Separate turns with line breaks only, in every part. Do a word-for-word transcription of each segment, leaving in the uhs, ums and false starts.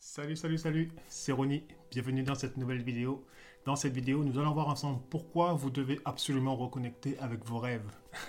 Salut, salut, salut, c'est Ronnie, bienvenue dans cette nouvelle vidéo. Dans cette vidéo, nous allons voir ensemble pourquoi vous devez absolument reconnecter avec vos rêves.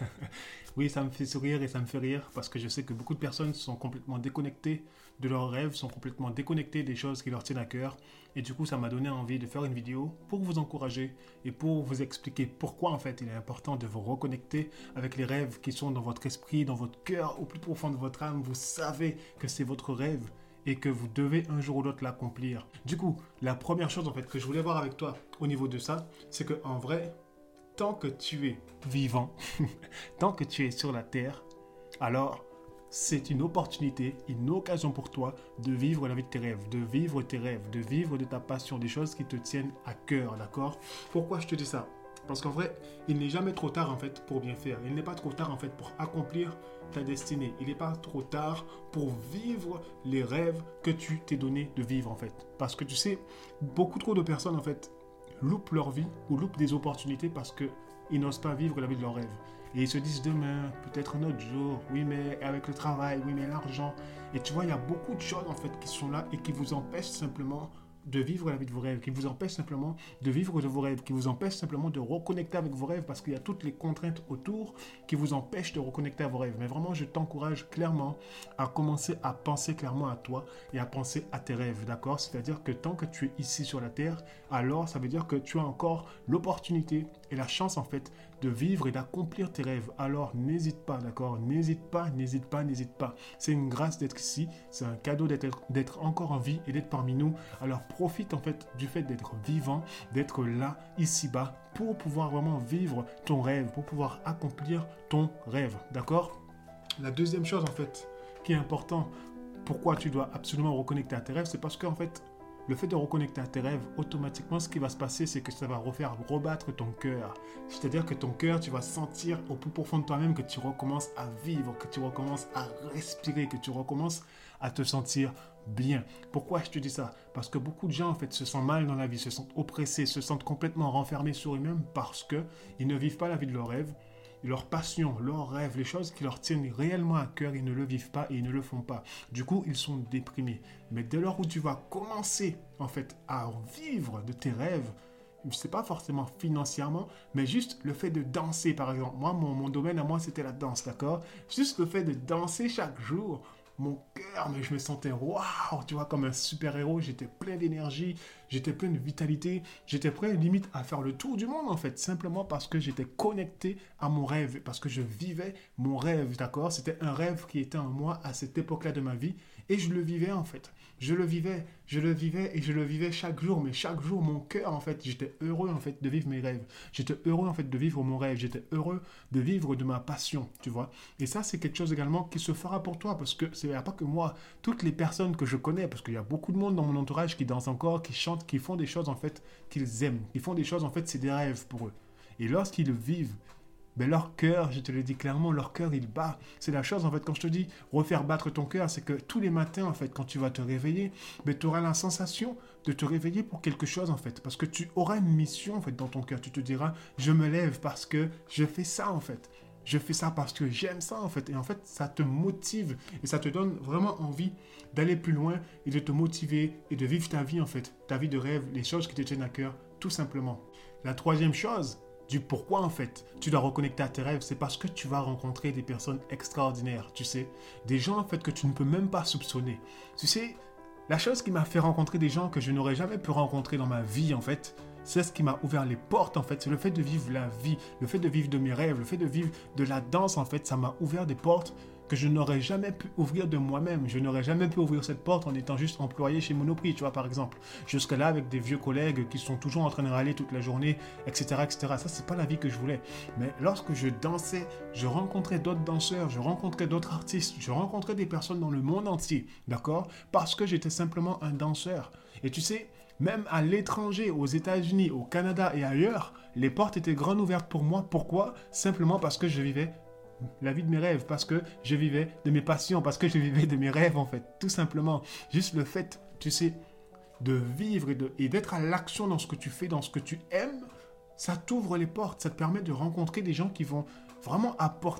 Oui, ça me fait sourire et ça me fait rire parce que je sais que beaucoup de personnes sont complètement déconnectées de leurs rêves, sont complètement déconnectées des choses qui leur tiennent à cœur. Et du coup, ça m'a donné envie de faire une vidéo pour vous encourager et pour vous expliquer pourquoi en fait il est important de vous reconnecter avec les rêves qui sont dans votre esprit, dans votre cœur, au plus profond de votre âme. Vous savez que c'est votre rêve et que vous devez un jour ou l'autre l'accomplir. Du coup, la première chose en fait que je voulais voir avec toi au niveau de ça, c'est que en vrai, tant que tu es vivant, tant que tu es sur la terre, alors c'est une opportunité, une occasion pour toi de vivre la vie de tes rêves, de vivre tes rêves, de vivre de ta passion, des choses qui te tiennent à cœur, d'accord? Pourquoi je te dis ça? Parce qu'en vrai, il n'est jamais trop tard en fait pour bien faire. Il n'est pas trop tard en fait pour accomplir ta destinée. Il n'est pas trop tard pour vivre les rêves que tu t'es donné de vivre en fait. Parce que tu sais, beaucoup trop de personnes en fait loupent leur vie ou loupent des opportunités parce qu'ils n'osent pas vivre la vie de leurs rêves. Et ils se disent demain, peut-être un autre jour, oui mais avec le travail, oui mais l'argent. Et tu vois, il y a beaucoup de choses en fait qui sont là et qui vous empêchent simplement de vivre la vie de vos rêves, qui vous empêche simplement de vivre de vos rêves, qui vous empêche simplement de reconnecter avec vos rêves parce qu'il y a toutes les contraintes autour qui vous empêchent de reconnecter à vos rêves. Mais vraiment, je t'encourage clairement à commencer à penser clairement à toi et à penser à tes rêves, d'accord? C'est-à-dire que tant que tu es ici sur la terre, alors ça veut dire que tu as encore l'opportunité et la chance en fait de vivre et d'accomplir tes rêves. Alors n'hésite pas, d'accord? N'hésite pas, n'hésite pas, n'hésite pas. C'est une grâce d'être ici, c'est un cadeau d'être, d'être encore en vie et d'être parmi nous. Alors profite en fait du fait d'être vivant, d'être là, ici-bas, pour pouvoir vraiment vivre ton rêve, pour pouvoir accomplir ton rêve, d'accord? La deuxième chose en fait qui est important, pourquoi tu dois absolument reconnecter à tes rêves, c'est parce qu'en fait, le fait de reconnecter à tes rêves, automatiquement, ce qui va se passer, c'est que ça va refaire rebattre ton cœur. C'est-à-dire que ton cœur, tu vas sentir au plus profond de toi-même que tu recommences à vivre, que tu recommences à respirer, que tu recommences à te sentir bien. Pourquoi je te dis ça? Parce que beaucoup de gens, en fait, se sentent mal dans la vie, se sentent oppressés, se sentent complètement renfermés sur eux-mêmes parce qu'ils ne vivent pas la vie de leurs rêves. Leur passion, leurs rêves, les choses qui leur tiennent réellement à cœur, ils ne le vivent pas et ils ne le font pas. Du coup, ils sont déprimés. Mais dès lors où tu vas commencer, en fait, à vivre de tes rêves, je sais pas forcément financièrement, mais juste le fait de danser, par exemple. Moi, mon, mon domaine à moi, c'était la danse, d'accord? Juste le fait de danser chaque jour, mon cœur, mais je me sentais waouh, tu vois, comme un super-héros. J'étais plein d'énergie, j'étais plein de vitalité, j'étais prêt limite à faire le tour du monde en fait, simplement parce que j'étais connecté à mon rêve, parce que je vivais mon rêve, d'accord? C'était un rêve qui était en moi à cette époque-là de ma vie et je le vivais en fait. Je le vivais, je le vivais et je le vivais chaque jour, mais chaque jour, mon cœur en fait, j'étais heureux en fait de vivre mes rêves. J'étais heureux en fait de vivre mon rêve, j'étais heureux de vivre de ma passion, tu vois? Et ça, c'est quelque chose également qui se fera pour toi parce que c'est pas que moi, toutes les personnes que je connais, parce qu'il y a beaucoup de monde dans mon entourage qui dansent encore, qui chantent, qui font des choses en fait qu'ils aiment, qui font des choses en fait, c'est des rêves pour eux. Et lorsqu'ils le vivent, ben leur cœur, je te le dis clairement, leur cœur il bat. C'est la chose en fait, quand je te dis refaire battre ton cœur, c'est que tous les matins en fait, quand tu vas te réveiller, ben, tu auras la sensation de te réveiller pour quelque chose en fait. Parce que tu auras une mission en fait dans ton cœur. Tu te diras, je me lève parce que je fais ça en fait. Je fais ça parce que j'aime ça en fait. Et en fait, ça te motive et ça te donne vraiment envie d'aller plus loin et de te motiver et de vivre ta vie en fait. Ta vie de rêve, les choses qui te tiennent à cœur, tout simplement. La troisième chose, du pourquoi en fait tu dois reconnecter à tes rêves, c'est parce que tu vas rencontrer des personnes extraordinaires, tu sais. Des gens en fait que tu ne peux même pas soupçonner. Tu sais, la chose qui m'a fait rencontrer des gens que je n'aurais jamais pu rencontrer dans ma vie en fait, c'est ce qui m'a ouvert les portes en fait, c'est le fait de vivre la vie, le fait de vivre de mes rêves, le fait de vivre de la danse en fait, ça m'a ouvert des portes que je n'aurais jamais pu ouvrir de moi-même. Je n'aurais jamais pu ouvrir cette porte en étant juste employé chez Monoprix, tu vois, par exemple. Jusque-là, avec des vieux collègues qui sont toujours en train de râler toute la journée, et cetera, et cetera. Ça, c'est pas la vie que je voulais. Mais lorsque je dansais, je rencontrais d'autres danseurs, je rencontrais d'autres artistes, je rencontrais des personnes dans le monde entier, d'accord? Parce que j'étais simplement un danseur. Et tu sais, même à l'étranger, aux États-Unis, au Canada et ailleurs, les portes étaient grandes ouvertes pour moi. Pourquoi? Simplement parce que je vivais la vie de mes rêves, parce que je vivais de mes passions, parce que je vivais de mes rêves en fait, tout simplement. Juste le fait, tu sais, de vivre et, de, et d'être à l'action dans ce que tu fais, dans ce que tu aimes, ça t'ouvre les portes, ça te permet de rencontrer des gens qui vont vraiment apporter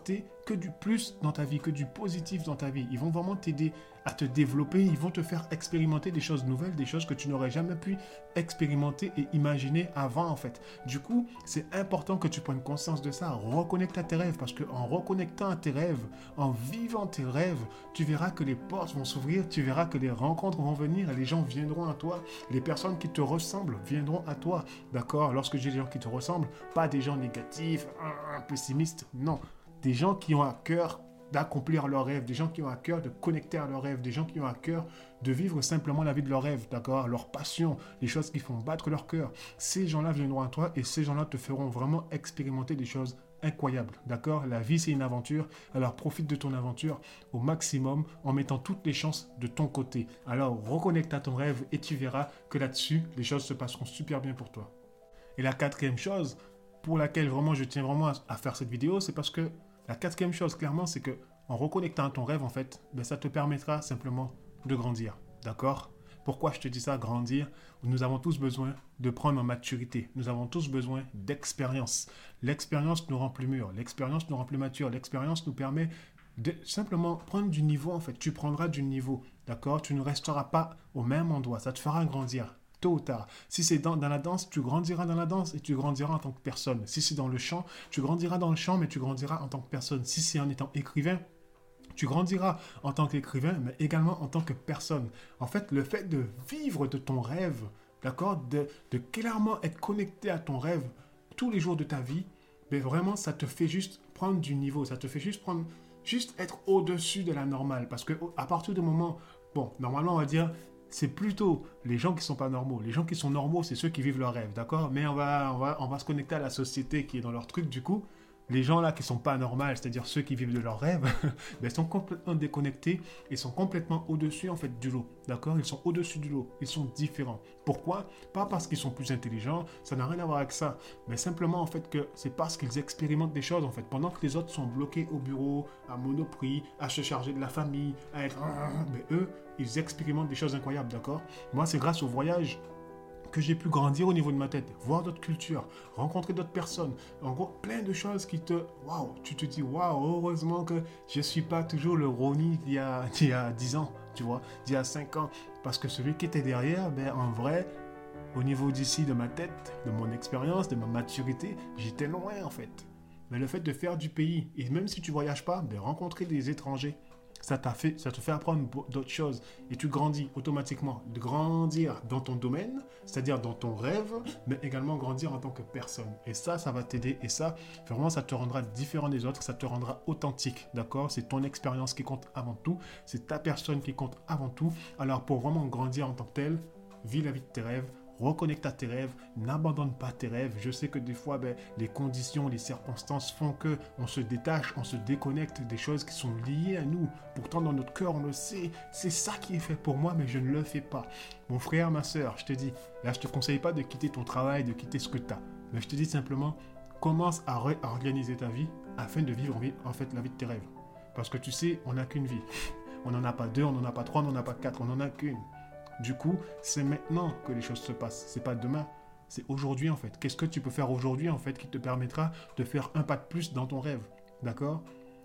que du plus dans ta vie, que du positif dans ta vie. Ils vont vraiment t'aider à te développer, ils vont te faire expérimenter des choses nouvelles, des choses que tu n'aurais jamais pu expérimenter et imaginer avant en fait. Du coup, c'est important que tu prennes conscience de ça, reconnecte à tes rêves, parce qu'en reconnectant à tes rêves, en vivant tes rêves, tu verras que les portes vont s'ouvrir, tu verras que les rencontres vont venir, et les gens viendront à toi, les personnes qui te ressemblent viendront à toi, d'accord? Lorsque j'ai des gens qui te ressemblent, pas des gens négatifs, pessimistes, non, des gens qui ont à cœur d'accomplir leurs rêves, des gens qui ont à cœur de connecter à leurs rêves, des gens qui ont à cœur de vivre simplement la vie de leurs rêves, d'accord, leur passion, les choses qui font battre leur cœur. Ces gens-là viendront à toi et ces gens-là te feront vraiment expérimenter des choses incroyables, d'accord? La vie, c'est une aventure, alors profite de ton aventure au maximum en mettant toutes les chances de ton côté. Alors, reconnecte à ton rêve et tu verras que là-dessus, les choses se passeront super bien pour toi. Et la quatrième chose pour laquelle vraiment je tiens vraiment à, à faire cette vidéo, c'est parce que la quatrième chose, clairement, c'est que en reconnectant à ton rêve, en fait, ben, ça te permettra simplement de grandir. D'accord? Pourquoi je te dis ça, grandir? Nous avons tous besoin de prendre en maturité. Nous avons tous besoin d'expérience. L'expérience nous rend plus mûrs. L'expérience nous rend plus matures. L'expérience nous permet de simplement prendre du niveau, en fait. Tu prendras du niveau. D'accord? Tu ne resteras pas au même endroit. Ça te fera grandir. Tôt ou tard. Si c'est dans, dans la danse, tu grandiras dans la danse et tu grandiras en tant que personne. Si c'est dans le chant, tu grandiras dans le chant, mais tu grandiras en tant que personne. Si c'est en étant écrivain, tu grandiras en tant qu'écrivain, mais également en tant que personne. En fait, le fait de vivre de ton rêve, d'accord, de, de clairement être connecté à ton rêve tous les jours de ta vie, mais vraiment, ça te fait juste prendre du niveau. Ça te fait juste prendre, juste être au-dessus de la normale. Parce que à partir du moment, bon, normalement, on va dire, c'est plutôt les gens qui ne sont pas normaux. Les gens qui sont normaux, c'est ceux qui vivent leur rêve, d'accord? Mais on va, on, va, on va se connecter à la société qui est dans leur truc, du coup. Les gens là qui ne sont pas normaux, c'est-à-dire ceux qui vivent de leurs rêves, ben, sont complètement déconnectés et sont complètement au-dessus en fait du lot, d'accord? Ils sont au-dessus du lot, ils sont différents. Pourquoi? Pas parce qu'ils sont plus intelligents, ça n'a rien à voir avec ça, mais simplement en fait que c'est parce qu'ils expérimentent des choses en fait. Pendant que les autres sont bloqués au bureau, à Monoprix, à se charger de la famille, à être... Mais eux, ils expérimentent des choses incroyables, d'accord? Moi, c'est grâce au voyage que j'ai pu grandir au niveau de ma tête, voir d'autres cultures, rencontrer d'autres personnes, en gros, plein de choses qui te... Waouh, tu te dis, waouh, heureusement que je ne suis pas toujours le Ronnie d'il y a, d'il y a dix ans, tu vois, d'il y a cinq ans, parce que celui qui était derrière, ben, en vrai, au niveau d'ici de ma tête, de mon expérience, de ma maturité, j'étais loin, en fait. Mais le fait de faire du pays, et même si tu ne voyages pas, de rencontrer des étrangers, ça, t'a fait, ça te fait apprendre d'autres choses et tu grandis automatiquement. De grandir dans ton domaine, c'est-à-dire dans ton rêve, mais également grandir en tant que personne. Et ça, ça va t'aider et ça, vraiment, ça te rendra différent des autres, ça te rendra authentique, d'accord? C'est ton expérience qui compte avant tout, c'est ta personne qui compte avant tout. Alors pour vraiment grandir en tant que tel, vis la vie de tes rêves, reconnecte à tes rêves, n'abandonne pas tes rêves. Je sais que des fois, ben, les conditions, les circonstances font que on se détache, on se déconnecte des choses qui sont liées à nous. Pourtant, dans notre cœur, on le sait. C'est ça qui est fait pour moi, mais je ne le fais pas. Mon frère, ma soeur, je te dis, là, je te conseille pas de quitter ton travail, de quitter ce que tu as. Mais je te dis simplement, commence à réorganiser ta vie afin de vivre en fait la vie de tes rêves. Parce que tu sais, on n'a qu'une vie. On n'en a pas deux, on n'en a pas trois, on n'en a pas quatre, on n'en a qu'une. Du coup, c'est maintenant que les choses se passent. C'est pas demain, c'est aujourd'hui en fait. Qu'est-ce que tu peux faire aujourd'hui en fait qui te permettra de faire un pas de plus dans ton rêve, d'accord?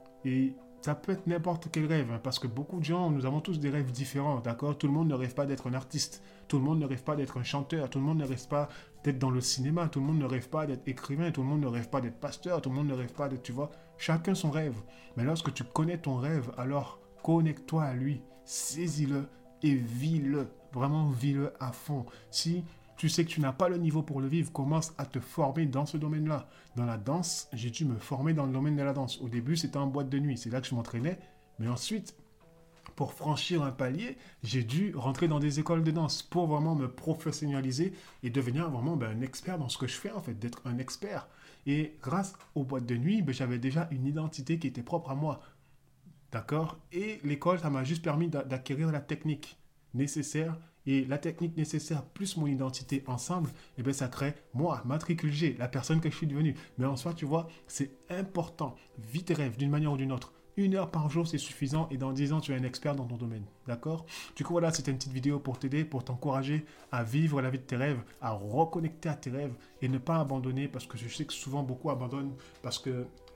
Et ça peut être n'importe quel rêve, hein, parce que beaucoup de gens, nous avons tous des rêves différents, d'accord? Tout le monde ne rêve pas d'être un artiste, tout le monde ne rêve pas d'être un chanteur, tout le monde ne rêve pas d'être dans le cinéma, tout le monde ne rêve pas d'être écrivain, tout le monde ne rêve pas d'être pasteur, tout le monde ne rêve pas d'être, tu vois, chacun son rêve. Mais lorsque tu connais ton rêve, alors connecte-toi à lui, saisis-le et vis-le. Vraiment, vis-le à fond. Si tu sais que tu n'as pas le niveau pour le vivre, commence à te former dans ce domaine-là. Dans la danse, j'ai dû me former dans le domaine de la danse. Au début, c'était en boîte de nuit. C'est là que je m'entraînais. Mais ensuite, pour franchir un palier, j'ai dû rentrer dans des écoles de danse pour vraiment me professionnaliser et devenir vraiment ben, un expert dans ce que je fais, en fait, d'être un expert. Et grâce aux boîtes de nuit, ben, j'avais déjà une identité qui était propre à moi. D'accord? Et l'école, ça m'a juste permis d'acquérir la technique nécessaire et la technique nécessaire plus mon identité ensemble, et bien ça crée moi, matricule G, la personne que je suis devenue. Mais en soi, tu vois, c'est important. Vis tes rêves d'une manière ou d'une autre. Une heure par jour, c'est suffisant et dans dix ans, tu es un expert dans ton domaine. D'accord? Du coup, voilà, c'était une petite vidéo pour t'aider, pour t'encourager à vivre la vie de tes rêves, à reconnecter à tes rêves et ne pas abandonner parce que je sais que souvent beaucoup abandonnent parce que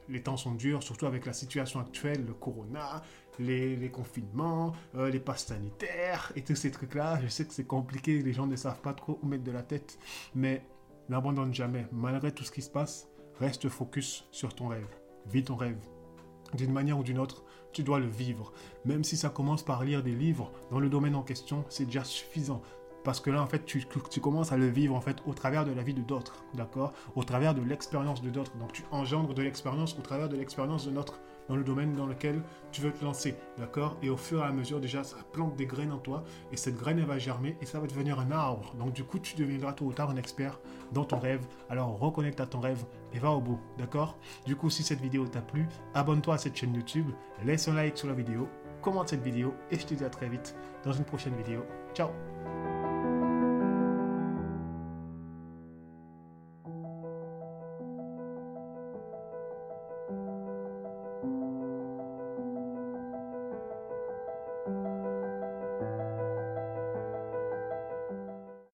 les temps sont durs, surtout avec la situation actuelle, le corona, les, les confinements, euh, les passes sanitaires et tous ces trucs-là. Je sais que c'est compliqué, les gens ne savent pas trop où mettre de la tête, mais n'abandonne jamais. Malgré tout ce qui se passe, reste focus sur ton rêve. Vis ton rêve. D'une manière ou d'une autre, tu dois le vivre. Même si ça commence par lire des livres dans le domaine en question, c'est déjà suffisant. Parce que là, en fait, tu, tu commences à le vivre en fait au travers de la vie de d'autres, d'accord? Au travers de l'expérience de d'autres. Donc, tu engendres de l'expérience au travers de l'expérience de notre dans le domaine dans lequel tu veux te lancer, d'accord? Et au fur et à mesure, déjà, ça plante des graines en toi et cette graine, elle va germer et ça va devenir un arbre. Donc, du coup, tu deviendras tôt ou tard un expert dans ton rêve. Alors, reconnecte à ton rêve et va au bout, d'accord? Du coup, si cette vidéo t'a plu, abonne-toi à cette chaîne YouTube, laisse un like sur la vidéo, commente cette vidéo et je te dis à très vite dans une prochaine vidéo. Ciao!